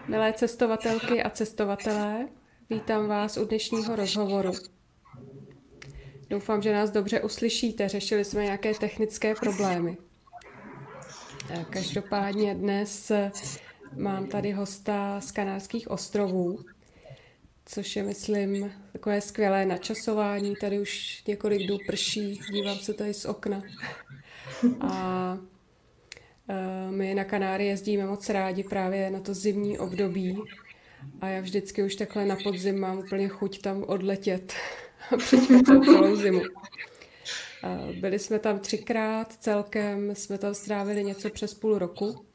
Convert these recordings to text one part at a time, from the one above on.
Milé cestovatelky a cestovatelé, vítám vás u dnešního rozhovoru. Doufám, že nás dobře uslyšíte, řešili jsme nějaké technické problémy. Každopádně dnes mám tady hosta z Kanárských ostrovů, což je, myslím, takové skvělé načasování. Tady už několik dnů prší, dívám se tady z okna. A my na Kanáry jezdíme moc rádi právě na to zimní období. A já vždycky už takhle na podzim mám úplně chuť tam odletět a přečkat tam celou zimu. Byli jsme tam 3krát, celkem jsme tam strávili něco přes půl roku.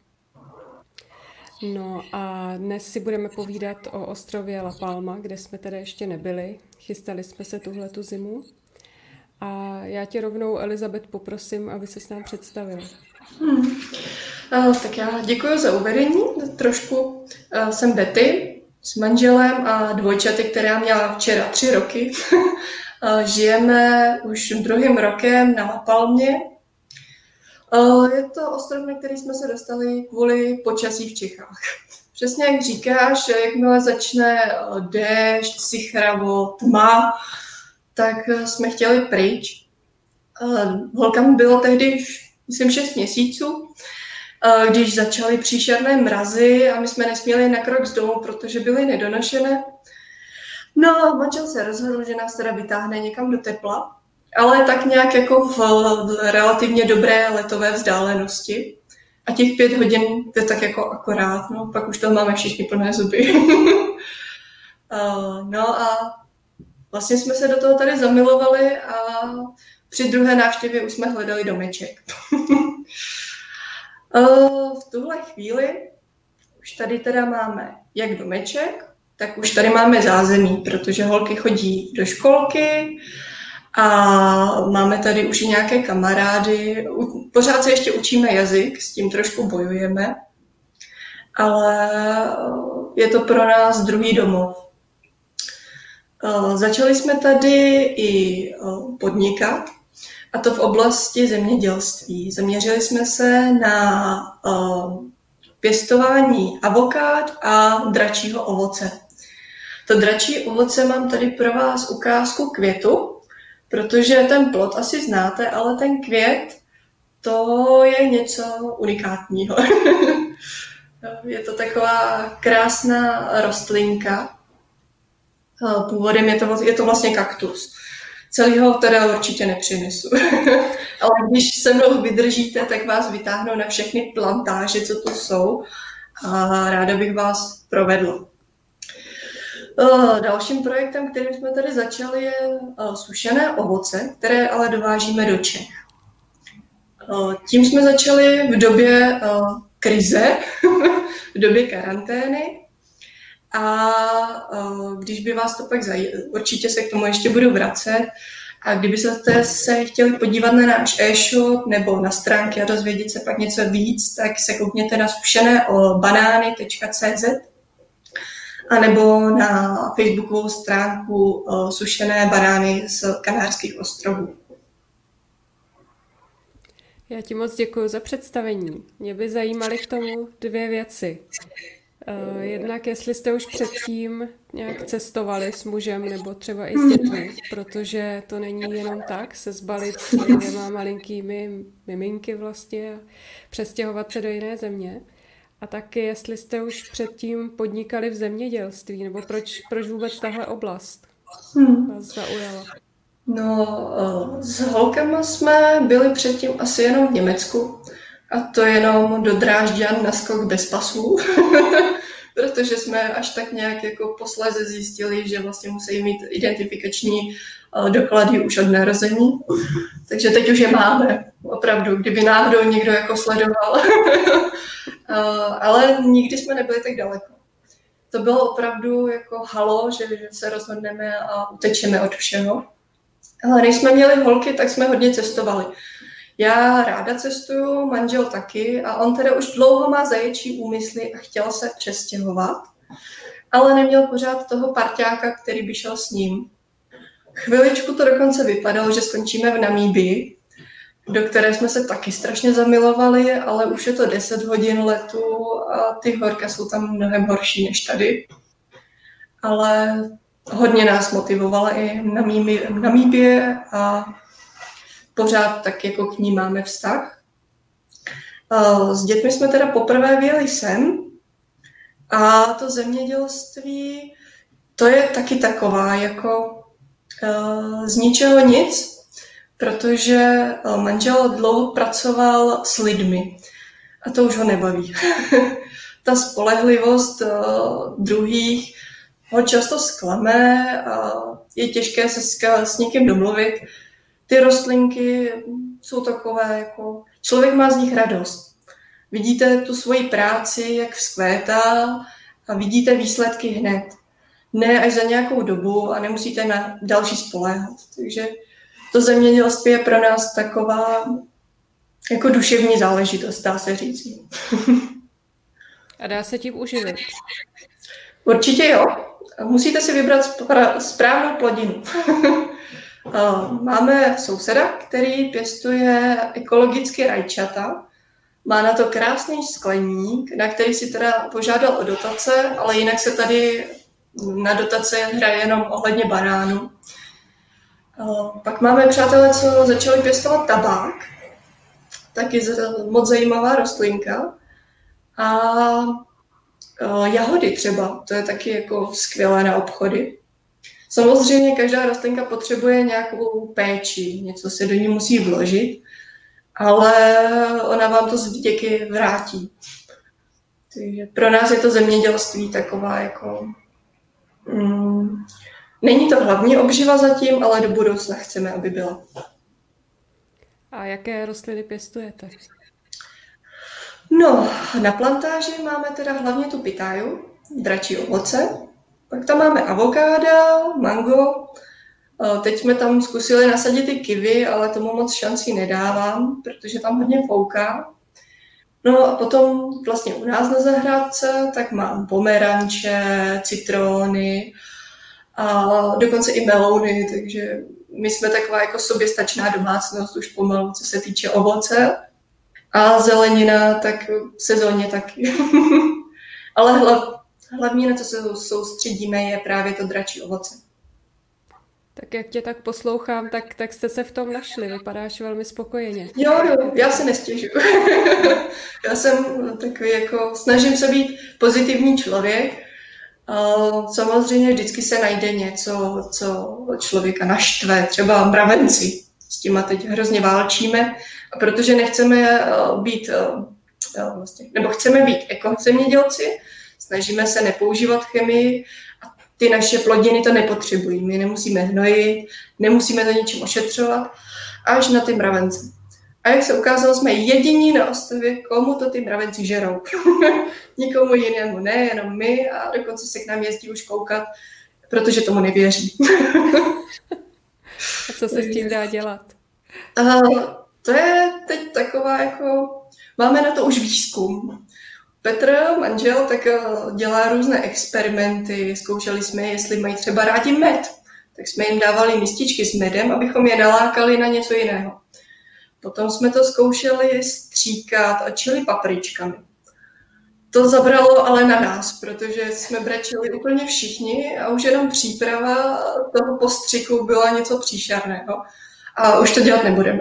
No a dnes si budeme povídat o ostrově La Palma, kde jsme tedy ještě nebyli. Chystali jsme se tuhletu zimu. A já tě rovnou, Elizabeth, poprosím, aby se s nám představila. Tak já děkuji za uvedení. Trošku jsem Betty s manželem a dvojčaty, která měla včera 3 roky. Žijeme už druhým rokem na La Palmě. Je to ostrov, na který jsme se dostali kvůli počasí v Čechách. Přesně jak říkáš, že jakmile začne déšť, sichravo, tma, tak jsme chtěli pryč. Holkám bylo tehdy, myslím, 6 měsíců, když začaly příšerné mrazy a my jsme nesměli na krok z domu, protože byly nedonošené. No, manžel se rozhodl, že nás teda vytáhne někam do tepla, ale tak nějak jako v relativně dobré letové vzdálenosti. A těch 5 hodin je tak jako akorát, no, pak už toho máme všichni plné zuby. No a vlastně jsme se do toho tady zamilovali a při druhé návštěvě už jsme hledali domeček. V tuhle chvíli už tady teda máme jak domeček, tak už tady máme zázemí, protože holky chodí do školky a máme tady už i nějaké kamarády. Pořád se ještě učíme jazyk, s tím trošku bojujeme, ale je to pro nás druhý domov. Začali jsme tady i podnikat, a to v oblasti zemědělství. Zaměřili jsme se na pěstování avokád a dračího ovoce. To dračí ovoce mám tady pro vás ukázku květu, protože ten plod asi znáte, ale ten květ, to je něco unikátního. Je to taková krásná rostlinka. Původem je to vlastně kaktus. Celý ho teda určitě nepřinesu. Ale když se mnou vydržíte, tak vás vytáhnu na všechny plantáže, co tu jsou. A ráda bych vás provedla. Dalším projektem, kterým jsme tady začali, je sušené ovoce, které ale dovážíme do Čech. Tím jsme začali v době krize, v době karantény. A když by vás to pak určitě se k tomu ještě budu vracet. A kdybyste se chtěli podívat na náš e-shop nebo na stránky a dozvědět se pak něco víc, tak se koukněte na sušenébanany.cz a nebo na facebookovou stránku Sušené banány z Kanárských ostrovů. Já ti moc děkuji za představení. Mě by zajímaly k tomu 2 věci. Jednak, jestli jste už předtím nějak cestovali s mužem nebo třeba i s dětmi, protože to není jenom tak se zbalit s 2 malinkými miminky vlastně a přestěhovat se do jiné země. A taky, jestli jste už předtím podnikali v zemědělství, nebo proč vůbec tahle oblast vás zaujala? No, s holkama jsme byli předtím asi jenom v Německu. A to jenom do Drážďan na skok bez pasů, protože jsme až tak nějak jako posléze zjistili, že vlastně musí mít identifikační doklady už od narození. Takže teď už je máme, opravdu, kdyby náhodou někdo jako sledoval. Ale nikdy jsme nebyli tak daleko. To bylo opravdu jako halo, že se rozhodneme a utečeme od všeho. Ale když jsme měli holky, tak jsme hodně cestovali. Já ráda cestuju, manžel taky a on teda už dlouho má zaječí úmysly a chtěl se přestěhovat, ale neměl pořád toho parťáka, který by šel s ním. Chviličku to dokonce vypadalo, že skončíme v Namíbii, do které jsme se taky strašně zamilovali, ale už je to 10 hodin letu a ty horka jsou tam mnohem horší než tady. Ale hodně nás motivovala i Namíbie a pořád tak jako k ní máme vztah. S dětmi jsme teda poprvé vyjeli sem a to zemědělství, to je taky taková jako z ničeho nic, protože manžel dlouho pracoval s lidmi a to už ho nebaví. Ta spolehlivost druhých ho často zklame a je těžké se s někým domluvit. Ty rostlinky jsou takové, jako člověk má z nich radost. Vidíte tu svoji práci, jak vzkvétá a vidíte výsledky hned. Ne až za nějakou dobu a nemusíte na další spoléhat. Takže to zemědělství je pro nás taková jako duševní záležitost, dá se říct. A dá se tím uživit? Určitě jo. Musíte si vybrat správnou plodinu. Máme souseda, který pěstuje ekologicky rajčata. Má na to krásný skleník, na který si teda požádal o dotace, ale jinak se tady na dotace hraje jenom ohledně banánů. Pak máme přátelé, co začali pěstovat tabák. Taky moc zajímavá rostlinka. A jahody třeba, to je taky jako skvělé na obchody. Samozřejmě každá rostlinka potřebuje nějakou péči, něco se do ní musí vložit, ale ona vám to z vděky vrátí. Takže pro nás je to zemědělství taková jako... není to hlavní obživa zatím, ale do budoucna chceme, aby byla. A jaké rostliny pěstujete? No, na plantáži máme teda hlavně tu pitáju, dračí ovoce. Pak tam máme avokáda, mango. Teď jsme tam zkusili nasadit i kiwi, ale tomu moc šancí nedávám, protože tam hodně fouká. No a potom vlastně u nás na zahrádce tak mám pomeranče, citróny a dokonce i melouny, takže my jsme taková jako soběstačná domácnost už pomalu, co se týče ovoce. A zelenina, tak sezónně taky. Ale hlavně na co se soustředíme je právě to dračí ovoce. Tak jak tě tak poslouchám, tak jste se v tom našli. Vypadáš velmi spokojeně. Jo, já se nestěžuji. Já jsem takový jako, snažím se být pozitivní člověk. Samozřejmě vždycky se najde něco, co člověka naštve, třeba mravenci. S těma teď hrozně válčíme. A protože nechceme být, nebo chceme být ekozemědělci, snažíme se nepoužívat chemii a ty naše plodiny to nepotřebují. My nemusíme hnojit, nemusíme to ničím ošetřovat, až na ty mravence. A jak se ukázalo, jsme jediní na ostrově, komu to ty mravenci žerou. Nikomu jinému ne, jenom my a dokonce se k nám jezdí už koukat, protože tomu nevěří. A co se s tím dá dělat? To je teď taková jako... Máme na to už výzkum. Petr, manžel, tak dělá různé experimenty. Zkoušeli jsme, jestli mají třeba rádi med. Tak jsme jim dávali mističky s medem, abychom je nalákali na něco jiného. Potom jsme to zkoušeli stříkat a čili papričkami. To zabralo ale na nás, protože jsme brečeli úplně všichni a už jenom příprava toho postřiku byla něco příšerného. A už to dělat nebudeme.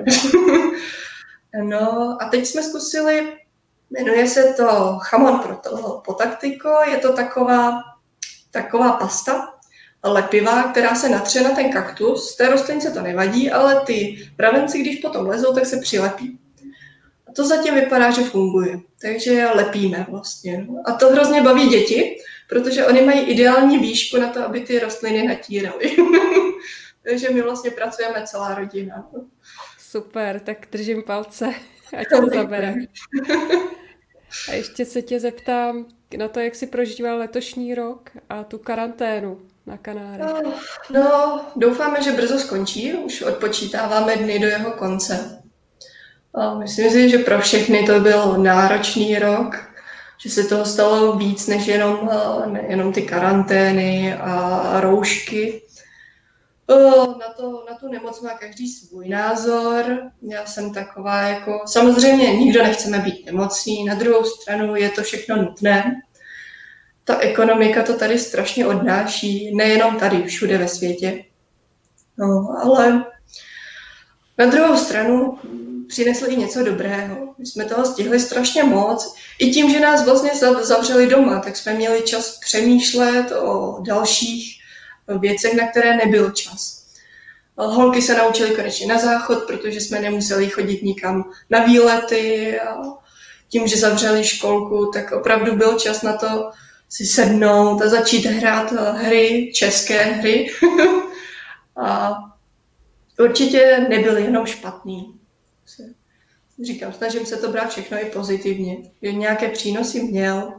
No a teď jsme zkusili, jmenuje se to chamon po taktiko, je to taková pasta lepivá, která se natře na ten kaktus. Té rostlince to nevadí, ale ty mravenci, když potom lezou, tak se přilepí. A to zatím vypadá, že funguje. Takže je lepíme vlastně. A to hrozně baví děti, protože oni mají ideální výšku na to, aby ty rostliny natíraly. Takže my vlastně pracujeme celá rodina. Super, tak držím palce, ať to zabere. A ještě se tě zeptám na to, jak jsi prožíval letošní rok a tu karanténu na Kanárech. No, doufáme, že brzo skončí, už odpočítáváme dny do jeho konce. A myslím si, že pro všechny to byl náročný rok, že se toho stalo víc než jenom ty karantény a roušky. Na tu nemoc má každý svůj názor. Já jsem taková jako... Samozřejmě nikdo nechceme být nemocný, na druhou stranu je to všechno nutné. Ta ekonomika to tady strašně odnáší, nejenom tady, všude ve světě. No, ale na druhou stranu přinesli i něco dobrého. My jsme toho stihli strašně moc. I tím, že nás vlastně zavřeli doma, tak jsme měli čas přemýšlet o dalších věcech, na které nebyl čas. Holky se naučily konečně na záchod, protože jsme nemuseli chodit nikam na výlety. A tím, že zavřeli školku, tak opravdu byl čas na to si sednout a začít hrát hry, české hry. A určitě nebyl jenom špatný. Říkám, snažím se to brát všechno i pozitivně. Že nějaké přínosy měl.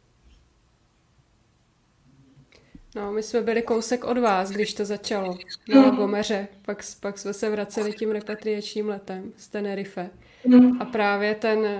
No, my jsme byli kousek od vás, když to začalo na Lagomeře. Pak jsme se vraceli tím repatriačním letem z Tenerife. A právě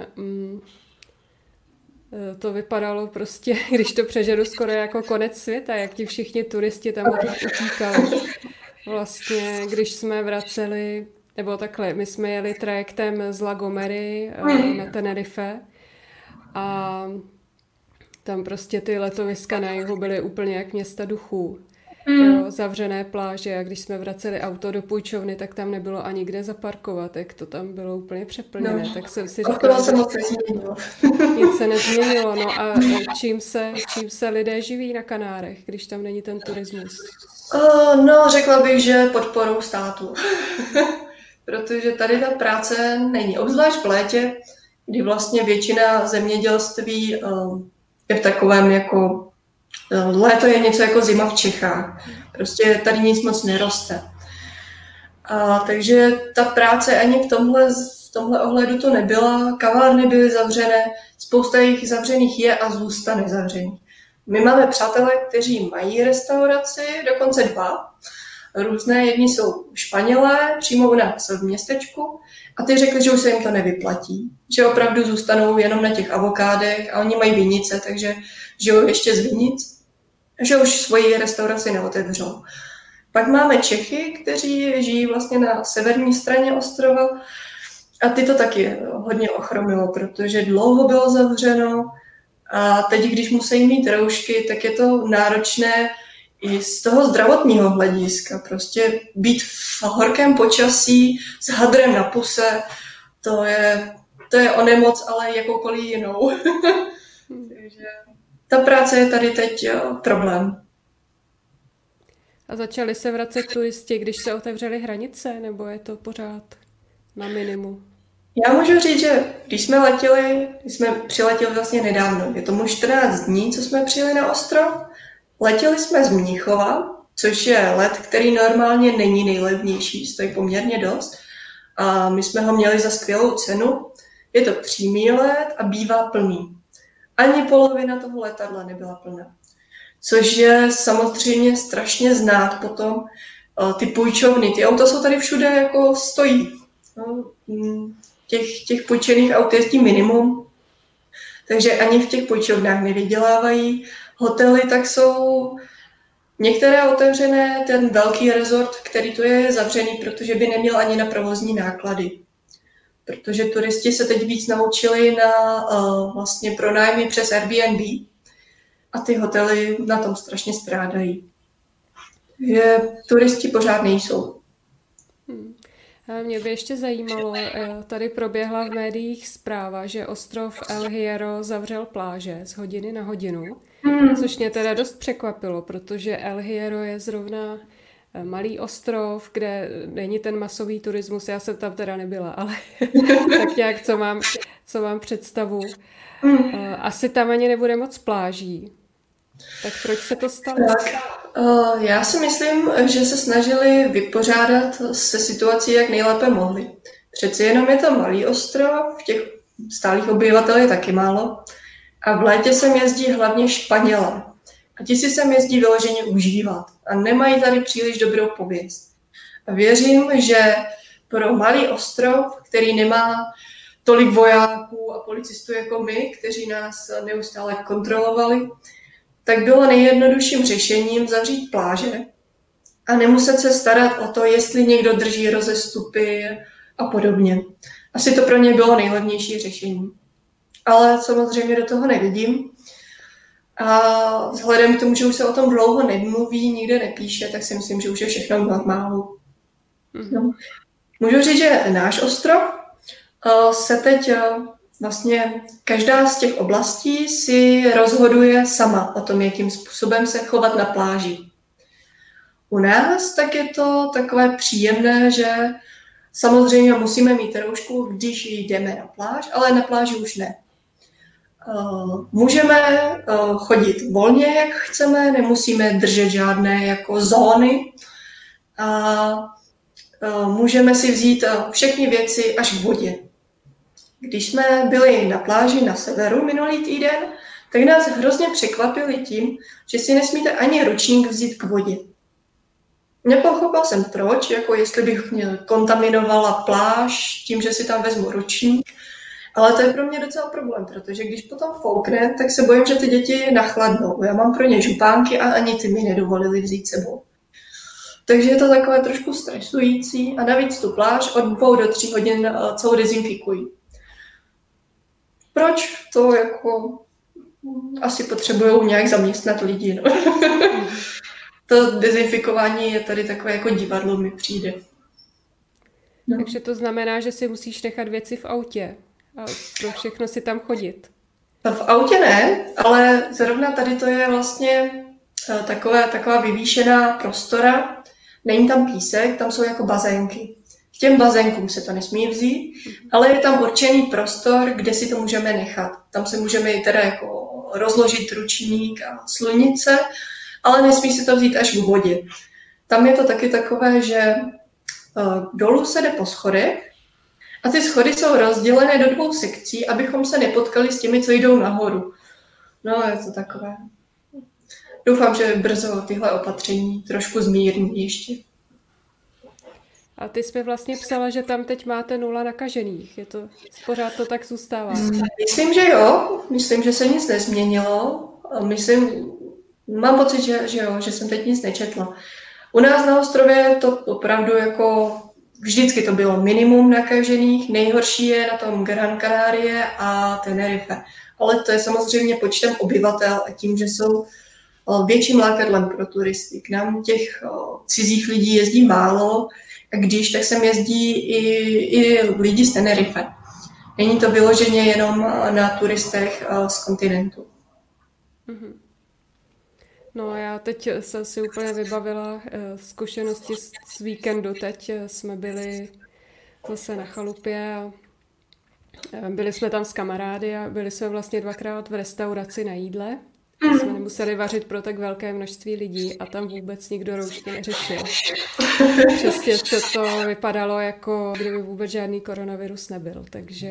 to vypadalo prostě, když to přeženu, skoro jako konec světa, jak ti všichni turisti tam utíkali. Vlastně, když jsme vraceli, nebo takhle, my jsme jeli trajektem z Lagomery na Tenerife a tam prostě ty letoviska na jihu byly úplně jak města duchů. Jo, zavřené pláže a když jsme vraceli auto do půjčovny, tak tam nebylo ani kde zaparkovat, jak to tam bylo úplně přeplněné. No, tak jsem si říkala, se moc nezměnilo. Nic se nezměnilo. No a čím se lidé živí na Kanárech, když tam není ten turismus? No, řekla bych, že podporou státu. Protože tady ta práce není. Obzvlášť v létě, kdy vlastně většina zemědělství je v takovém jako... Léto je něco jako zima v Čechách. Prostě tady nic moc neroste. Takže ta práce ani v tomhle ohledu to nebyla. Kavárny byly zavřené, spousta jich zavřených je a zůstane zavřených. My máme přátelé, kteří mají restauraci, dokonce 2. Různé, jedni jsou Španělé, přímo u nás v městečku a ty řekli, že už se jim to nevyplatí. Že opravdu zůstanou jenom na těch avokádech a oni mají vinice, takže žijou ještě z vinic. Že už svoji restauraci neotevřou. Pak máme Čechy, kteří žijí vlastně na severní straně ostrova a ty to taky hodně ochromilo, protože dlouho bylo zavřeno a teď, když musí mít roušky, tak je to náročné i z toho zdravotního hlediska. Prostě být v horkém počasí s hadrem na puse, to je o nemoc, ale jakoukoliv jinou. Takže ta práce je tady teď problém. A začali se vracet turisti, když se otevřely hranice, nebo je to pořád na minimum? Já můžu říct, že když jsme přiletěli vlastně nedávno, je tomu 14 dní, co jsme přijeli na ostrov, letěli jsme z Mnichova, což je let, který normálně není nejlevnější, stojí poměrně dost. A my jsme ho měli za skvělou cenu. Je to přímý let a bývá plný. Ani polovina toho letadla nebyla plná. Což je samozřejmě strašně znát potom ty půjčovny. Ty auta jsou tady všude jako stojí. No, těch půjčených aut jezdí minimum. Takže ani v těch půjčovnách nevydělávají. Hotely tak jsou některé otevřené, ten velký resort, který tu je zavřený, protože by neměl ani na provozní náklady. Protože turisti se teď víc naučili na vlastně pronájmy přes Airbnb a ty hotely na tom strašně strádají. Že turisti pořád nejsou. Mě by ještě zajímalo, tady proběhla v médiích zpráva, že ostrov El Hierro zavřel pláže z hodiny na hodinu, což mě teda dost překvapilo, protože El Hierro je zrovna malý ostrov, kde není ten masový turismus. Já jsem tam teda nebyla, ale tak nějak, co mám představu. Asi tam ani nebude moc pláží. Tak proč se to stalo? Já si myslím, že se snažili vypořádat se situací, jak nejlépe mohli. Přeci jenom je to malý ostrov, těch stálých obyvatel je taky málo. A v létě sem jezdí hlavně Španělé. A ti si sem jezdí vyloženě užívat. A nemají tady příliš dobrou pověst. A věřím, že pro malý ostrov, který nemá tolik vojáků a policistů jako my, kteří nás neustále kontrolovali, tak bylo nejjednodušším řešením zavřít pláže a nemuset se starat o to, jestli někdo drží rozestupy a podobně. Asi to pro ně bylo nejlevnější řešení. Ale samozřejmě do toho nevidím. A vzhledem k tomu, že už se o tom dlouho nemluví, nikde nepíše, tak si myslím, že už je všechno v normálu. No. Můžu říct, že náš ostrov se teď vlastně každá z těch oblastí si rozhoduje sama o tom, jakým způsobem se chovat na pláži. U nás tak je to takové příjemné, že samozřejmě musíme mít roušku, když jdeme na pláž, ale na pláži už ne. Můžeme chodit volně, jak chceme, nemusíme držet žádné jako zóny a můžeme si vzít všechny věci až k vodě. Když jsme byli na pláži na severu minulý týden, tak nás hrozně překvapili tím, že si nesmíte ani ručník vzít k vodě. Nepochopil jsem proč, jako jestli bych mě kontaminovala pláž tím, že si tam vezmu ručník, ale to je pro mě docela problém, protože když potom foukne, tak se bojím, že ty děti nachladnou. Já mám pro ně župánky a ani ty mi nedovolili vzít sebou. Takže je to takové trošku stresující a navíc tu pláž od 2 do 3 hodin celou dezinfikují. Proč? To jako asi potřebují nějak zaměstnat lidi. No. To dezinfikování je tady takové jako divadlo, mi přijde. No. Takže to znamená, že si musíš nechat věci v autě a pro všechno si tam chodit. V autě ne, ale zrovna tady to je vlastně taková vyvýšená prostora. Není tam písek, tam jsou jako bazénky. K těm bazénkům se to nesmí vzít, ale je tam určený prostor, kde si to můžeme nechat. Tam se můžeme teda jako rozložit ručník a slunice, ale nesmí se to vzít až k vodě. Tam je to taky takové, že dolů se jde po schodech a ty schody jsou rozdělené do 2 sekcí, abychom se nepotkali s těmi, co jdou nahoru. No, je to takové. Doufám, že brzo tyhle opatření trošku zmírní ještě. A ty jsi mi vlastně psala, že tam teď máte 0 nakažených. Je to, pořád to tak zůstává? Myslím, že jo. Myslím, že se nic nezměnilo. Mám pocit, že jo, že jsem teď nic nečetla. U nás na ostrově to opravdu jako vždycky to bylo minimum nakažených. Nejhorší je na tom Gran Canaria a Tenerife. Ale to je samozřejmě počtem obyvatel a tím, že jsou větším lákadlem pro turisty. K nám těch cizích lidí jezdí málo, a když, tak sem jezdí i lidi z Tenerife. Není to vyloženě jenom na turistech z kontinentu. No já teď jsem si úplně vybavila zkušenosti z víkendu. Teď jsme byli zase na chalupě a byli jsme tam s kamarády a byli jsme vlastně 2krát v restauraci na jídle. Jsme nemuseli vařit pro tak velké množství lidí a tam vůbec nikdo roušky neřešil. Přesně se to vypadalo, jako kdyby vůbec žádný koronavirus nebyl, takže...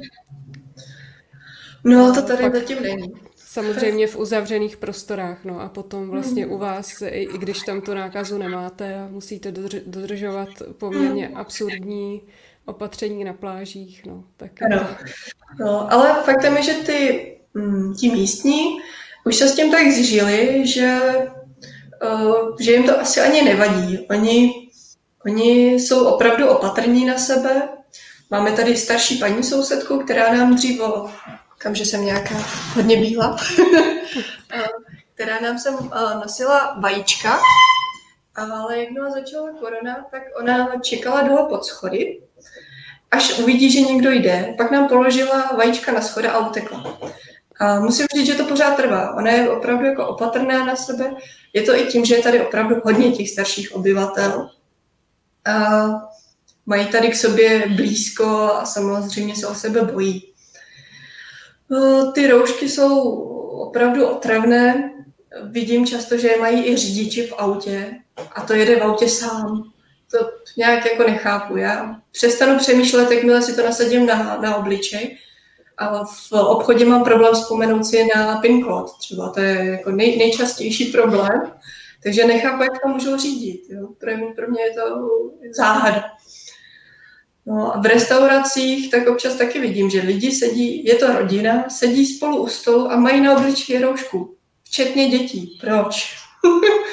No, to tady zatím není. Samozřejmě v uzavřených prostorách, no a potom vlastně u vás, i když tam tu nákazu nemáte a musíte dodržovat poměrně absurdní opatření na plážích, no, tak... Ano. No, ale faktem je, že ti místní už se s tím tak zžili, že jim to asi ani nevadí. Oni jsou opravdu opatrní na sebe. Máme tady starší paní sousedku, která nám dřív, kamže jsem nějaká hodně bílá, která nám sem nosila vajíčka, ale jakmile začala korona, tak ona čekala dole pod schody, až uvidí, že někdo jde, pak nám položila vajíčka na schody a utekla. A musím říct, že to pořád trvá. Ona je opravdu jako opatrná na sebe. Je to i tím, že je tady opravdu hodně těch starších obyvatel. A mají tady k sobě blízko a samozřejmě se o sebe bojí. Ty roušky jsou opravdu otravné. Vidím často, že je mají i řidiči v autě a to jede v autě sám. To nějak jako nechápu. Já přestanu přemýšlet, jakmile si to nasadím na obličej. A v obchodě mám problém vzpomenout si na PIN kód třeba. To je jako nejčastější problém. Takže nechápu, jak to můžou řídit. Jo. Pro mě je to záhada. No a v restauracích tak občas taky vidím, že lidi sedí, je to rodina, sedí spolu u stolu a mají na obličeji roušku. Včetně dětí. Proč?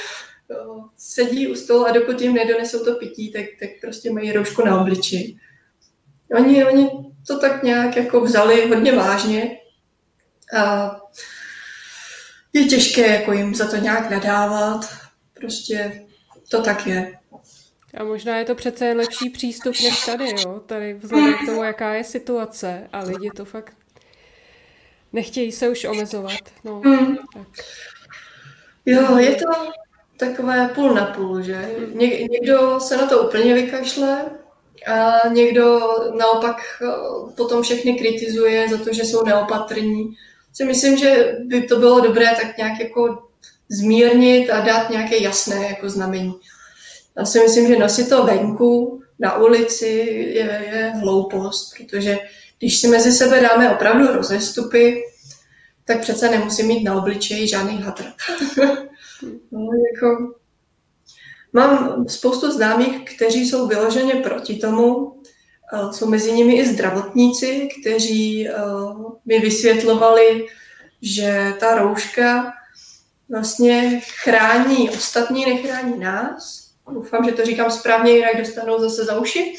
sedí u stolu a dokud jim nedonesou to pití, tak prostě mají roušku na obliči. Oni to tak nějak jako vzali hodně vážně a je těžké jako jim za to nějak nadávat. Prostě to tak je. A možná je to přece jen lepší přístup než tady, jo? Tady vzhledem k tomu, jaká je situace a lidi to fakt nechtějí se už omezovat. No, tak. Jo, je to takové půl na půl, že? Někdo se na to úplně vykašle a někdo naopak potom všechny kritizuje za to, že jsou neopatrní. Si myslím, že by to bylo dobré tak nějak jako zmírnit a dát nějaké jasné jako znamení. Já si myslím, že nosit to venku, na ulici je hloupost, protože když si mezi sebe dáme opravdu rozestupy, tak přece nemusím mít na obličeji žádný hadr. No, jako, mám spoustu známých, kteří jsou vyloženě proti tomu. Jsou mezi nimi i zdravotníci, kteří mi vysvětlovali, že ta rouška vlastně chrání ostatní, nechrání nás. Doufám, že to říkám správně, jinak dostanou zase za uši.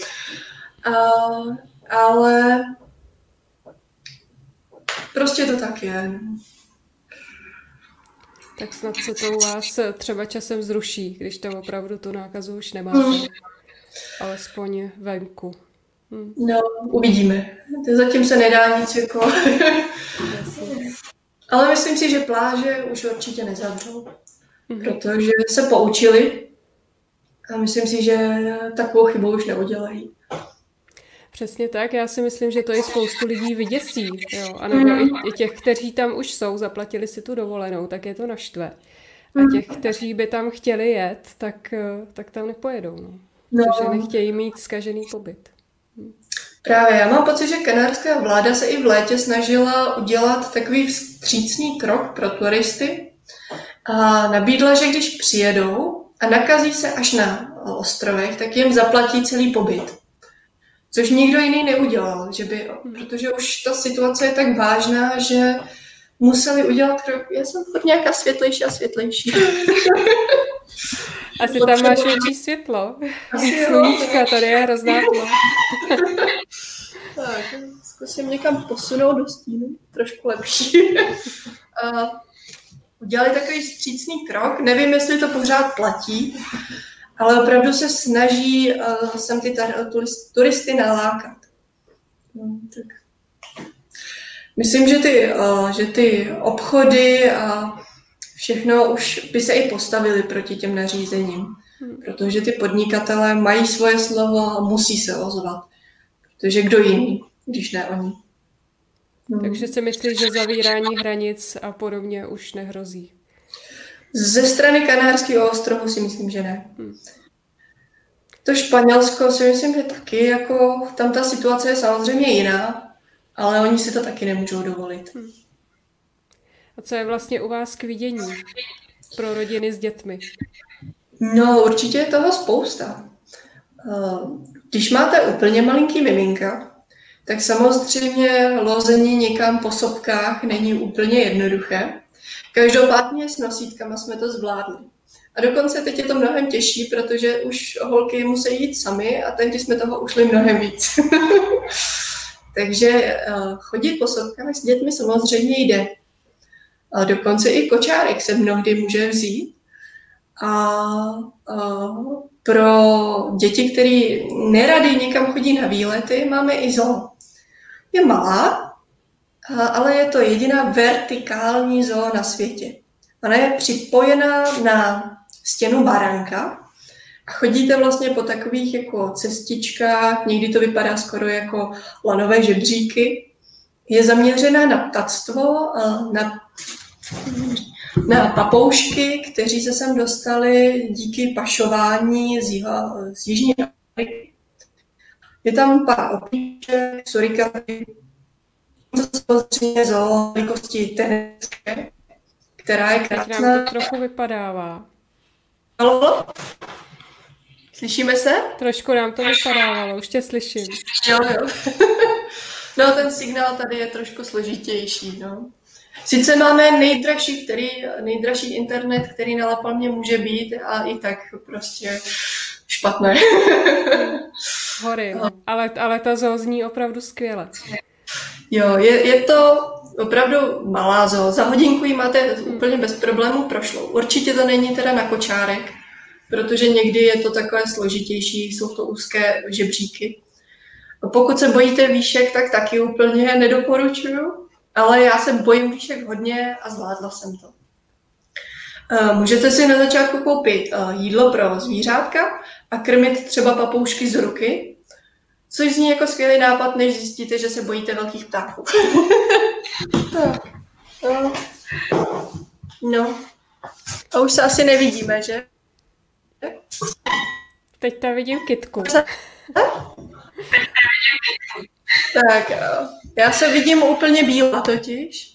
Ale prostě to tak je. Tak snad se to u vás třeba časem zruší, když tam opravdu tu nákazu už nemáte. Alespoň venku. No, uvidíme. Zatím se nedá nic jako... Ale myslím si, že pláže už určitě nezavřou. Protože se poučili a myslím si, že takovou chybu už neudělají. Přesně tak, já si myslím, že to i spoustu lidí vyděsí. Jo? A nebo i těch, kteří tam už jsou, zaplatili si tu dovolenou, tak je to naštve. A těch, kteří by tam chtěli jet, tak tam nepojedou. No. Protože nechtějí mít zkažený pobyt. Právě, já mám pocit, že kanarská vláda se i v létě snažila udělat takový vstřícný krok pro turisty a nabídla, že když přijedou a nakazí se až na ostrovech, tak jim zaplatí celý pobyt. Což nikdo jiný neudělal, protože už ta situace je tak vážná, že museli udělat krok. Já jsem furt nějaká světlejší a světlejší. Asi tam máš větší světlo. Víc sluníčka, tady je hrozná tma. Tak, zkusím někam posunout do stínu, trošku lepší. Udělali takový vstřícný krok, nevím, jestli to pořád platí, ale opravdu se snaží sem ty turisty nalákat. No, tak. Myslím, že ty obchody a všechno už by se i postavili proti těm nařízením, protože ty podnikatelé mají svoje slovo a musí se ozvat. Protože kdo jiný, když ne oni. No. Takže si myslíš, že zavírání hranic a podobně už nehrozí? Ze strany Kanárského ostrovu si myslím, že ne. To Španělsko si myslím, že taky, jako tam ta situace je samozřejmě jiná, ale oni si to taky nemůžou dovolit. A co je vlastně u vás k vidění pro rodiny s dětmi? No, určitě je toho spousta. Když máte úplně malinký miminka, tak samozřejmě lození někam po sopkách není úplně jednoduché. Každopádně s nosítkama jsme to zvládli. A dokonce teď je to mnohem těžší, protože už holky musí jít sami a tehdy jsme toho ušli mnohem víc. Takže chodit po sopkách s dětmi samozřejmě jde. A dokonce i kočárek se mnohdy může vzít. A pro děti, které nerady někam chodí na výlety, máme i zoo. Je malá, ale je to jediná vertikální zoo na světě. Ona je připojená na stěnu baránka a chodíte vlastně po takových jako cestičkách, někdy to vypadá skoro jako lanové žebříky. Je zaměřená na ptactvo, na papoušky, kteří se sem dostali díky pašování z Jižní Afriky. Je tam pár opíček, surikaty, samozřejmě zoo velikosti tenecké, která je krásná. Teď nám to trochu vypadává. Halo? Slyšíme se? Trošku nám to vypadávalo, už tě slyším. Jo. No, ten signál tady je trošku složitější, no. Sice máme nejdražší internet, který na La Palmě může být, a i tak prostě špatné. Hory, no. Ale ta zoo zní opravdu skvěle. Jo, je to opravdu malá zoo. Za hodinku ji máte úplně bez problémů prošlou. Určitě to není teda na kočárek, protože někdy je to takové složitější, jsou to úzké žebříky. Pokud se bojíte výšek, tak taky úplně nedoporučuju, ale já se bojím výšek hodně a zvládla jsem to. Můžete si na začátku koupit jídlo pro zvířátka a krmit třeba papoušky z ruky, což zní jako skvělý nápad, než zjistíte, že se bojíte velkých ptáků. Tak. No. A už se asi nevidíme, že? Teď tam vidím kytku. Tak, já se vidím úplně bílá totiž.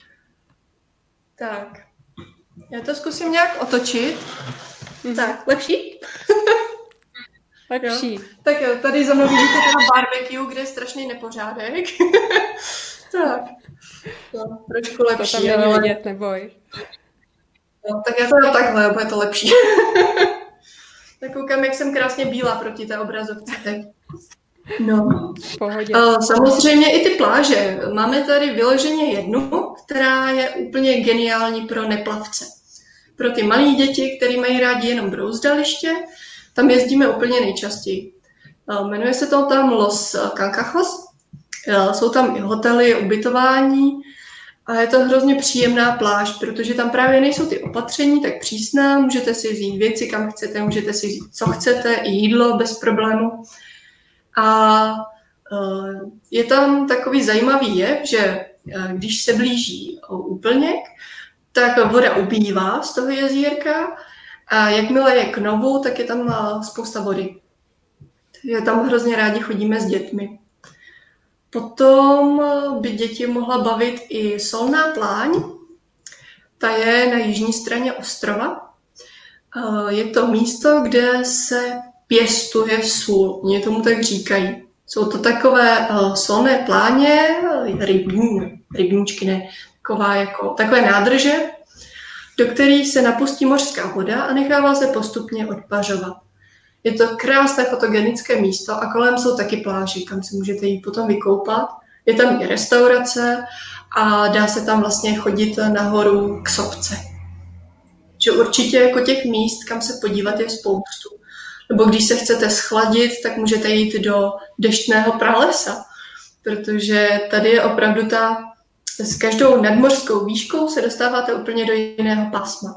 Tak. Já to zkusím nějak otočit. Tak, lepší? Lepší. Jo. Tak jo, tady za mnou vidíte teda barbecue, kde je strašný nepořádek. Tak. No, trošku lepší. To tam není ale... vidět, neboj. No, tak já to dám takhle, bude to lepší. Tak koukám, jak jsem krásně bílá proti té obrazovce teď. No. V pohodě. Samozřejmě i ty pláže. Máme tady vyloženě jednu, která je úplně geniální pro neplavce. Pro ty malé děti, které mají rádi jenom brouzdaliště, tam jezdíme úplně nejčastěji. Jmenuje se to tam Los Cancajos. Jsou tam i hotely, ubytování a je to hrozně příjemná pláž, protože tam právě nejsou ty opatření tak přísná, můžete si vzít věci, kam chcete, můžete si vzít, co chcete, i jídlo bez problému. A je tam takový zajímavý jev, že když se blíží úplněk, tak voda ubývá z toho jezírka a jakmile je k novu, tak je tam spousta vody. Takže tam hrozně rádi chodíme s dětmi. Potom by děti mohla bavit i Solná pláň. Ta je na jižní straně ostrova. Je to místo, kde se pěstuje sůl. Oni tomu tak říkají. Jsou to takové solné pláně, rybníčky, ne, takové nádrže, do kterých se napustí mořská voda a nechává se postupně odpařovat. Je to krásné fotogenické místo a kolem jsou taky pláže, kam se můžete jít potom vykoupat. Je tam i restaurace a dá se tam vlastně chodit nahoru k sopce. Že určitě jako těch míst, kam se podívat, je spoustu. Nebo když se chcete schladit, tak můžete jít do deštného pralesa, protože tady je opravdu s každou nadmořskou výškou se dostáváte úplně do jiného pásma.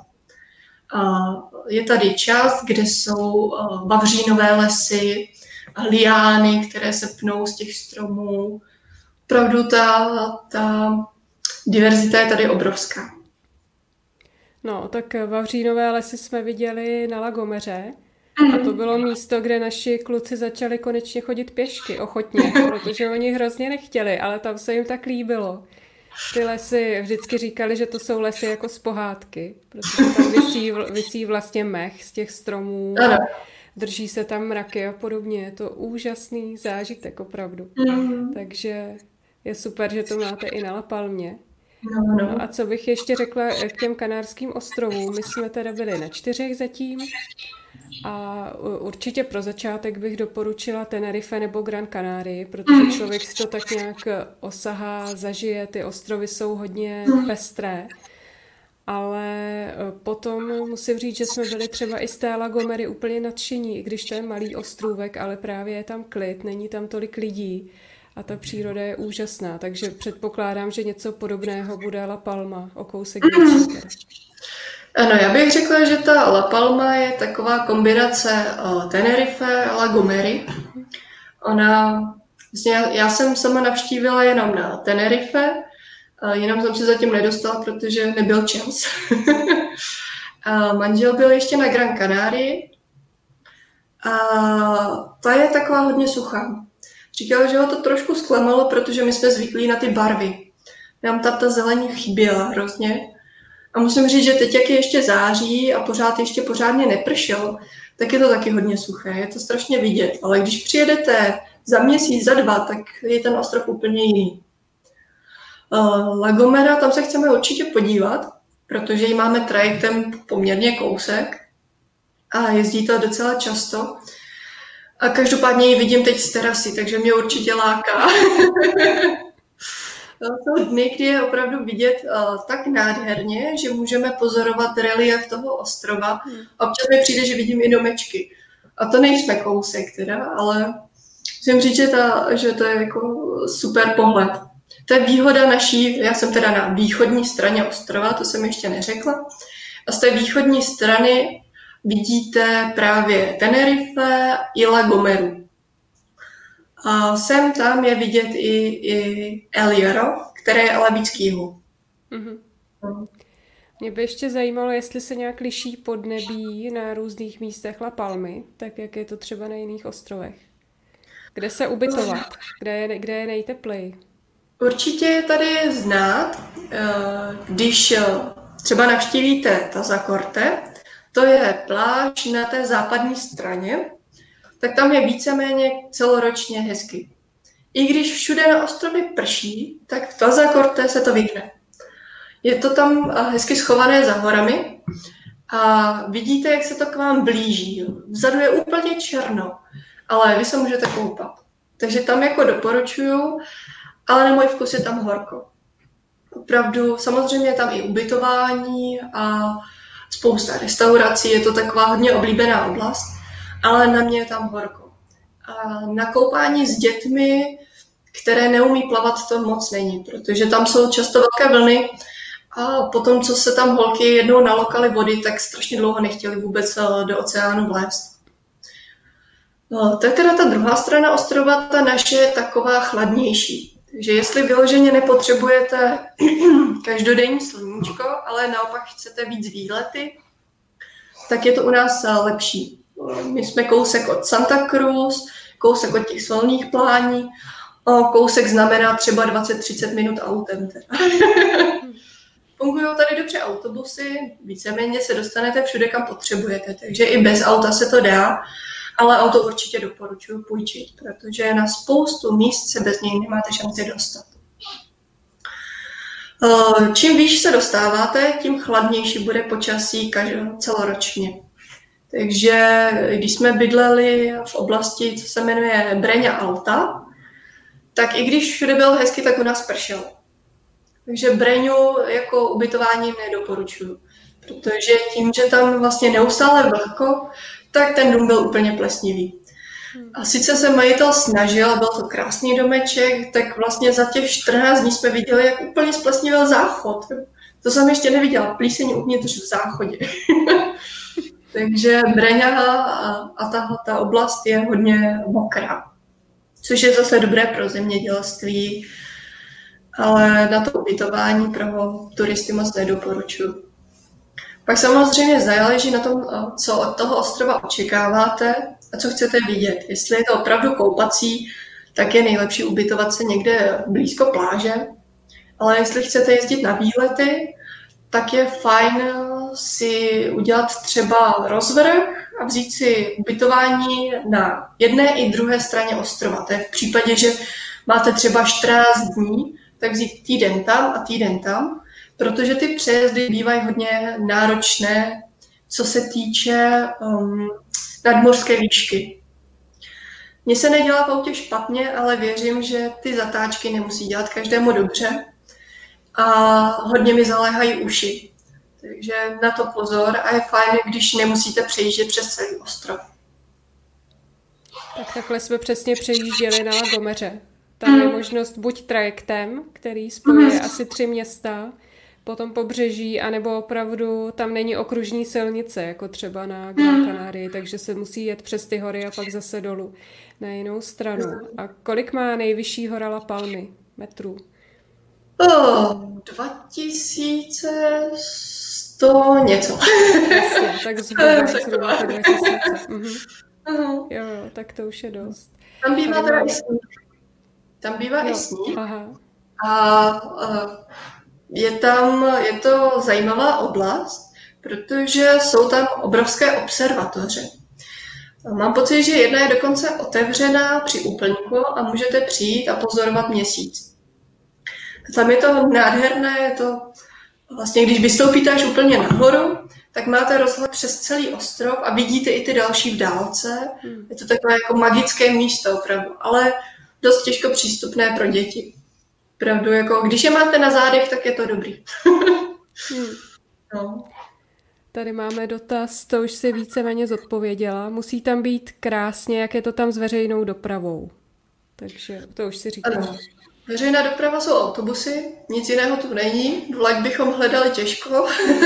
Je tady část, kde jsou vavřínové lesy, liány, které se pnou z těch stromů. Opravdu ta diverzita je tady obrovská. No, tak vavřínové lesy jsme viděli na Lagomeře. A to bylo místo, kde naši kluci začali konečně chodit pěšky, ochotně, protože oni hrozně nechtěli, ale tam se jim tak líbilo. Ty lesy vždycky říkali, že to jsou lesy jako z pohádky, protože tam visí vlastně mech z těch stromů, drží se tam mraky a podobně. Je to úžasný zážitek opravdu. Takže je super, že to máte i na La Palmě. No a co bych ještě řekla k těm Kanárským ostrovům. My jsme teda byli na 4 zatím a určitě pro začátek bych doporučila Tenerife nebo Gran Canaria, protože člověk si to tak nějak osahá, zažije, ty ostrovy jsou hodně pestré. Ale potom musím říct, že jsme byli třeba i z té La Gomery úplně nadšení, i když to je malý ostrůvek, ale právě je tam klid, není tam tolik lidí a ta příroda je úžasná, takže předpokládám, že něco podobného bude La Palma, o kousek větší. Ano, já bych řekla, že ta La Palma je taková kombinace Tenerife a La Gomery. Já jsem sama navštívila jenom na Tenerife, jenom jsem se zatím nedostala, protože nebyl čas. A manžel byl ještě na Gran Canaria a ta je taková hodně suchá. Říkal, že ho to trošku zklamalo, protože my jsme zvyklí na ty barvy. Nám ta zeleň chyběla hrozně. A musím říct, že teď, jak je ještě září a pořád ještě pořádně nepršel, tak je to taky hodně suché. Je to strašně vidět. Ale když přijedete za měsíc, za 2, tak je ten ostrov úplně jiný. La Gomera, tam se chceme určitě podívat, protože ji máme trajektem poměrně kousek a jezdí to docela často. A každopádně ji vidím teď z terasy, takže mě určitě láká. Jsou dny, kdy je opravdu vidět tak nádherně, že můžeme pozorovat relief toho ostrova. Občas mi přijde, že vidím i domečky. A to nejsme kousek teda, ale musím říct, že to je jako super pohled. To je výhoda naší, já jsem teda na východní straně ostrova, to jsem ještě neřekla. A z té východní strany vidíte právě Tenerife i La Gomeru. A sem tam je vidět i El Hierro, které je ale víc k jihu. Mě by ještě zajímalo, jestli se nějak liší podnebí na různých místech La Palmy, tak jak je to třeba na jiných ostrovech. Kde se ubytovat? Kde je nejtepleji? Určitě je tady znát, když třeba navštívíte Tazacorte, to je pláž na té západní straně, tak tam je víceméně celoročně hezky. I když všude na ostrově prší, tak v Tazacorte se to vyhne. Je to tam hezky schované za horami a vidíte, jak se to k vám blíží. Vzadu je úplně černo, ale vy se můžete koupat. Takže tam jako doporučuju, ale na můj vkus je tam horko. Opravdu, samozřejmě je tam i ubytování a spousta restaurací, je to taková hodně oblíbená oblast, ale na mě je tam horko. A na koupání s dětmi, které neumí plavat, to moc není, protože tam jsou často velké vlny a potom, co se tam holky jednou nalokaly vody, tak strašně dlouho nechtěli vůbec do oceánu vlézt. No, to je teda ta druhá strana ostrova, ta naše je taková chladnější. Takže jestli vyloženě nepotřebujete každodenní sluníčko, ale naopak chcete víc výlety, tak je to u nás lepší. My jsme kousek od Santa Cruz, kousek od těch solných plání, kousek znamená třeba 20-30 minut autem. Fungují tady dobře autobusy, víceméně se dostanete všude, kam potřebujete, takže i bez auta se to dá, ale auto určitě doporučuji půjčit, protože na spoustu míst se bez něj nemáte šanci dostat. Čím výš se dostáváte, tím chladnější bude počasí celoročně. Takže když jsme bydleli v oblasti, co se jmenuje Breña Alta, tak i když všude bylo hezky, tak u nás pršelo. Takže Breňu jako ubytování nedoporučuju, protože tím, že tam vlastně neustále vlhko, tak ten dům byl úplně plesnivý. A sice se majitel snažil, byl to krásný domeček, tak vlastně za těch 14 dní jsme viděli, jak úplně splesnivil záchod. To jsem ještě neviděla, plíseň uvnitř v záchodě. Takže Breňa a ta oblast je hodně mokrá, což je zase dobré pro zemědělství, ale na to ubytování pro turisty moc nedoporučuji. Pak samozřejmě záleží na tom, co od toho ostrova očekáváte a co chcete vidět. Jestli je to opravdu koupací, tak je nejlepší ubytovat se někde blízko pláže, ale jestli chcete jezdit na výlety, tak je fajn si udělat třeba rozvrh a vzít si ubytování na jedné i druhé straně ostrova. To je v případě, že máte třeba 14 dní, tak vzít týden tam a týden tam, protože ty přejezdy bývají hodně náročné, co se týče nadmořské výšky. Mně se nedělá v autě špatně, ale věřím, že ty zatáčky nemusí dělat každému dobře a hodně mi zaléhají uši. Takže na to pozor a je fajn, když nemusíte přejíždět přes celý ostrov. Tak takhle jsme přesně přejížděli na La Gomeře. Tam je možnost buď trajektem, který spojuje asi 3 města, potom pobřeží, anebo opravdu tam není okružní silnice, jako třeba na Gran Canarii, takže se musí jet přes ty hory a pak zase dolů na jinou stranu. A kolik má nejvyšší hora La Palmy metrů? 2100 něco. Jasně, tak zhruba 2000. Jo, tak to už je dost. Tam bývá teda i sníh. Tam bývá i sníh. A je to zajímavá oblast, protože jsou tam obrovské observatoře. Mám pocit, že jedna je dokonce otevřená při úplňku a můžete přijít a pozorovat měsíc. Tam je to nádherné, je to vlastně, když vystoupíte až úplně nahoru, tak máte rozhled přes celý ostrov a vidíte i ty další v dálce. Je to takové jako magické místo opravdu, ale dost těžko přístupné pro děti. Opravdu, jako když je máte na zádech, tak je to dobrý. No. Tady máme dotaz, to už si víceméně zodpověděla. Musí tam být krásně, jak je to tam s veřejnou dopravou. Takže to už si říkala. Ano. Veřejná doprava jsou autobusy, nic jiného tu není. Vlak bychom hledali těžko.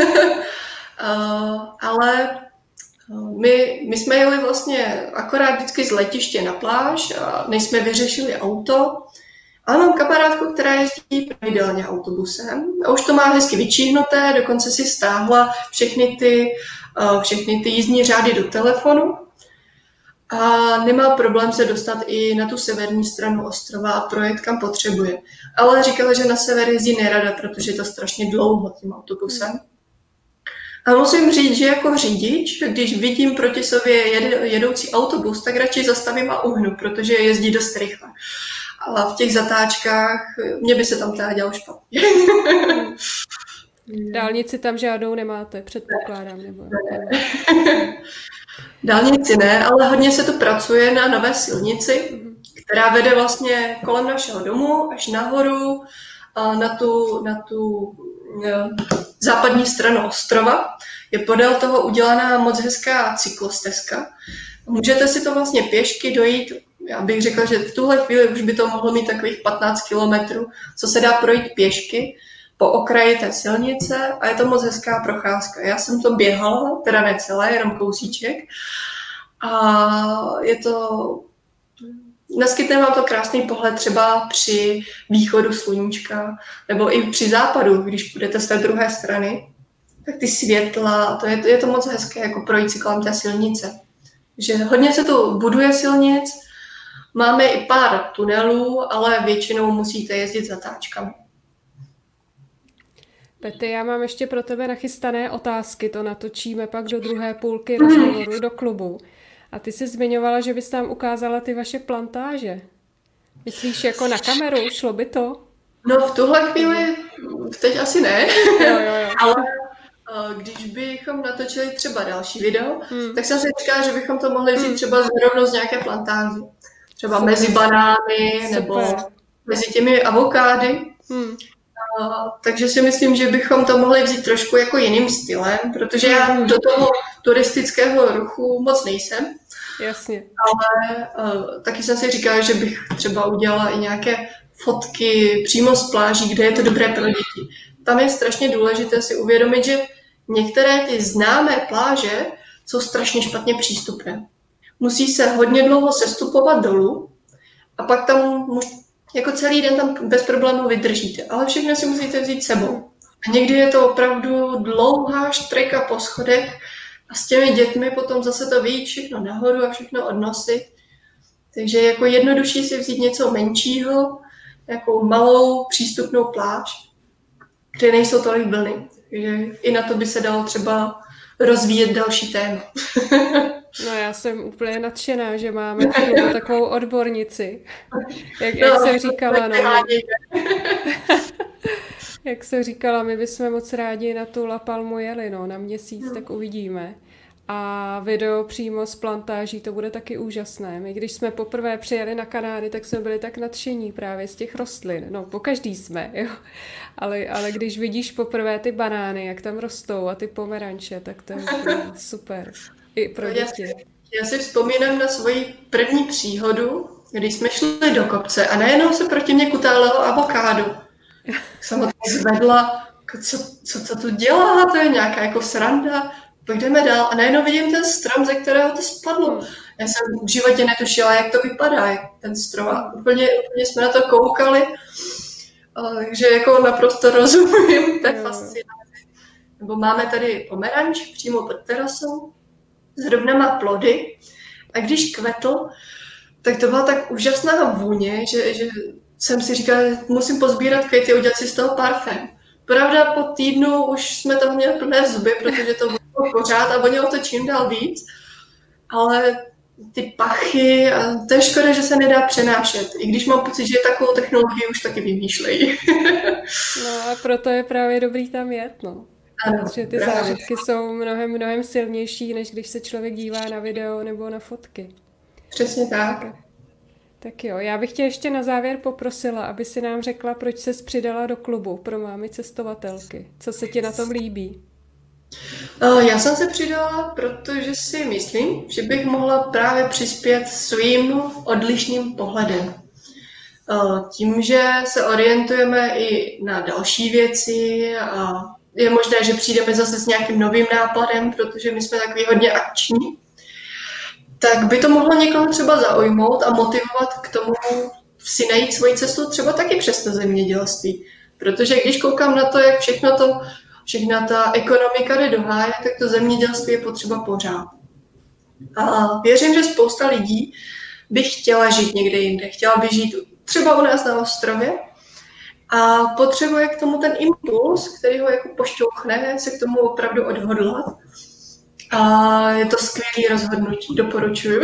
Ale my jsme jeli vlastně akorát vždycky z letiště na pláž a než jsme vyřešili auto. Ale mám kamarádku, která jezdí pravidelně autobusem a už to má hezky vyčíhnuté, dokonce si stáhla všechny ty jízdní řády do telefonu a nemá problém se dostat i na tu severní stranu ostrova a projet kam potřebuje. Ale říkala, že na sever jezdí nerada, protože je to strašně dlouho tím autobusem. A musím říct, že jako řidič, když vidím proti sobě jedoucí autobus, tak radši zastavím a uhnu, protože jezdí dost rychle. A v těch zatáčkách mě by se tam teda dělalo špatně. Dálnici tam žádnou nemáte, předpokládám. Nebo... Dálnici ne, ale hodně se tu pracuje na nové silnici, která vede vlastně kolem našeho domu až nahoru na tu západní stranu ostrova. Je podél toho udělaná moc hezká cyklostezka. Můžete si to vlastně pěšky dojít. Já bych řekla, že v tuhle chvíli už by to mohlo mít takových 15 kilometrů, co se dá projít pěšky po okraji té silnice a je to moc hezká procházka. Já jsem to běhala, teda ne celé, jenom kousíček. A je to... Naskytne vám to krásný pohled třeba při východu sluníčka nebo i při západu, když půjdete z té druhé strany. Tak ty světla, je to moc hezké jako projít si kolem té silnice. Že hodně se tu buduje silnic, máme i pár tunelů, ale většinou musíte jezdit zatáčkami. Pety, já mám ještě pro tebe nachystané otázky, to natočíme pak do druhé půlky rozhovoru do klubu. A ty jsi zmiňovala, že bys tam ukázala ty vaše plantáže. Myslíš jako na kameru, šlo by to? No v tuhle chvíli, teď asi ne, jo. Ale když bychom natočili třeba další video, tak jsem si říkala, že bychom to mohli vzít třeba zrovna z nějaké plantáže. Třeba super. Mezi banány nebo mezi těmi avokády. Takže si myslím, že bychom to mohli vzít trošku jako jiným stylem, protože já do toho turistického ruchu moc nejsem. Jasně. Ale taky jsem si říkala, že bych třeba udělala i nějaké fotky přímo z pláží, kde je to dobré pro děti. Tam je strašně důležité si uvědomit, že některé ty známé pláže jsou strašně špatně přístupné. Musí se hodně dlouho sestupovat dolů a pak tam jako celý den tam bez problémů vydržíte, ale všechno si musíte vzít sebou. A někdy je to opravdu dlouhá štreka po schodech a s těmi dětmi potom zase to vyjít všechno nahoru a všechno odnosit. Takže je jako jednodušší si vzít něco menšího, nějakou malou přístupnou pláž, kde nejsou tolik vlny. Takže i na to by se dalo třeba rozvíjet další téma. No já jsem úplně nadšená, že máme v klubu takovou odbornici. Jak jsem říkala, jak jsem říkala, my bychom moc rádi na tu La Palmu jeli, na měsíc, tak uvidíme. A video přímo z plantáží, to bude taky úžasné. My, když jsme poprvé přijeli na Kanáry, tak jsme byli tak nadšení právě z těch rostlin. No, pokaždý jsme, jo. Ale když vidíš poprvé ty banány, jak tam rostou a ty pomeranče, tak to je super. I pro děti. Já si vzpomínám na svoji první příhodu, když jsme šli do kopce a najednou se proti mě kutálelo avokádo. Jsem ho zvedla, co tu dělá, to je nějaká jako sranda. Půjdeme dál a najednou vidím ten strom, ze kterého to spadlo. Já jsem v životě netušila, jak to vypadá, jak ten strom. A úplně jsme na to koukali, takže jako naprosto rozumím té fascinaci. Nebo máme tady pomeranč přímo pod terasou, zrovna má plody a když kvetl, tak to byla tak úžasná vůně, že jsem si říkala, že musím pozbírat květy a udělat si z toho parfém. Pravda, po týdnu už jsme toho měli plné zuby, protože to bylo pořád a vonilo to čím dál víc, ale ty pachy, a to je škoda, že se nedá přenášet. I když mám pocit, že takovou technologii už taky vymýšlejí. No a proto je právě dobrý tam jet, no. Ano, Protože ty právě. zážitky jsou mnohem silnější, než když se člověk dívá na video nebo na fotky. Přesně tak. Tak jo, já bych tě ještě na závěr poprosila, aby si nám řekla, proč ses přidala do klubu pro mámy cestovatelky. Co se ti na tom líbí? Já jsem se přidala, protože si myslím, že bych mohla právě přispět svým odlišným pohledem. Tím, že se orientujeme i na další věci a je možné, že přijdeme zase s nějakým novým nápadem, protože my jsme takový hodně akční, tak by to mohlo někoho třeba zaujmout a motivovat k tomu si najít svoji cestu třeba taky přes to zemědělství. Protože když koukám na to, jak všechna ta ekonomika jde do háje, tak to zemědělství je potřeba pořád. A věřím, že spousta lidí by chtěla žít někde jinde. Chtěla by žít třeba u nás na ostrově a potřebuje k tomu ten impuls, který ho jako pošťouchne, se k tomu opravdu odhodlat. A je to skvělé rozhodnutí, doporučuju.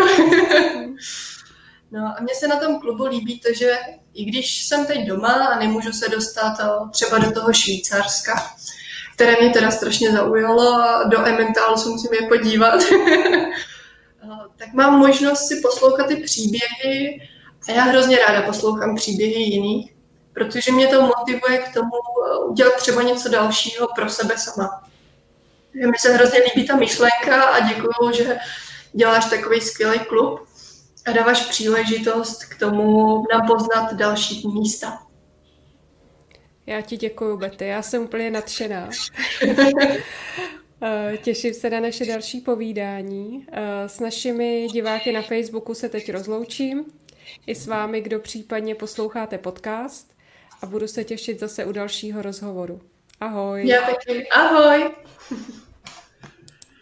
No a mně se na tom klubu líbí to, že i když jsem teď doma a nemůžu se dostat třeba do toho Švýcarska, které mě teda strašně zaujalo a do Emmentálu se musím je podívat, tak mám možnost si poslouchat ty příběhy a já hrozně ráda poslouchám příběhy jiných, protože mě to motivuje k tomu udělat třeba něco dalšího pro sebe sama. Mi se hrozně líbí ta myšlenka a děkuju, že děláš takový skvělý klub a dáváš příležitost k tomu nám poznat další místa. Já ti děkuju, Betty, já jsem úplně nadšená. Těším se na naše další povídání. S našimi diváky na Facebooku se teď rozloučím. I s vámi, kdo případně posloucháte podcast. A budu se těšit zase u dalšího rozhovoru. Ahoj. Já taky. Ahoj.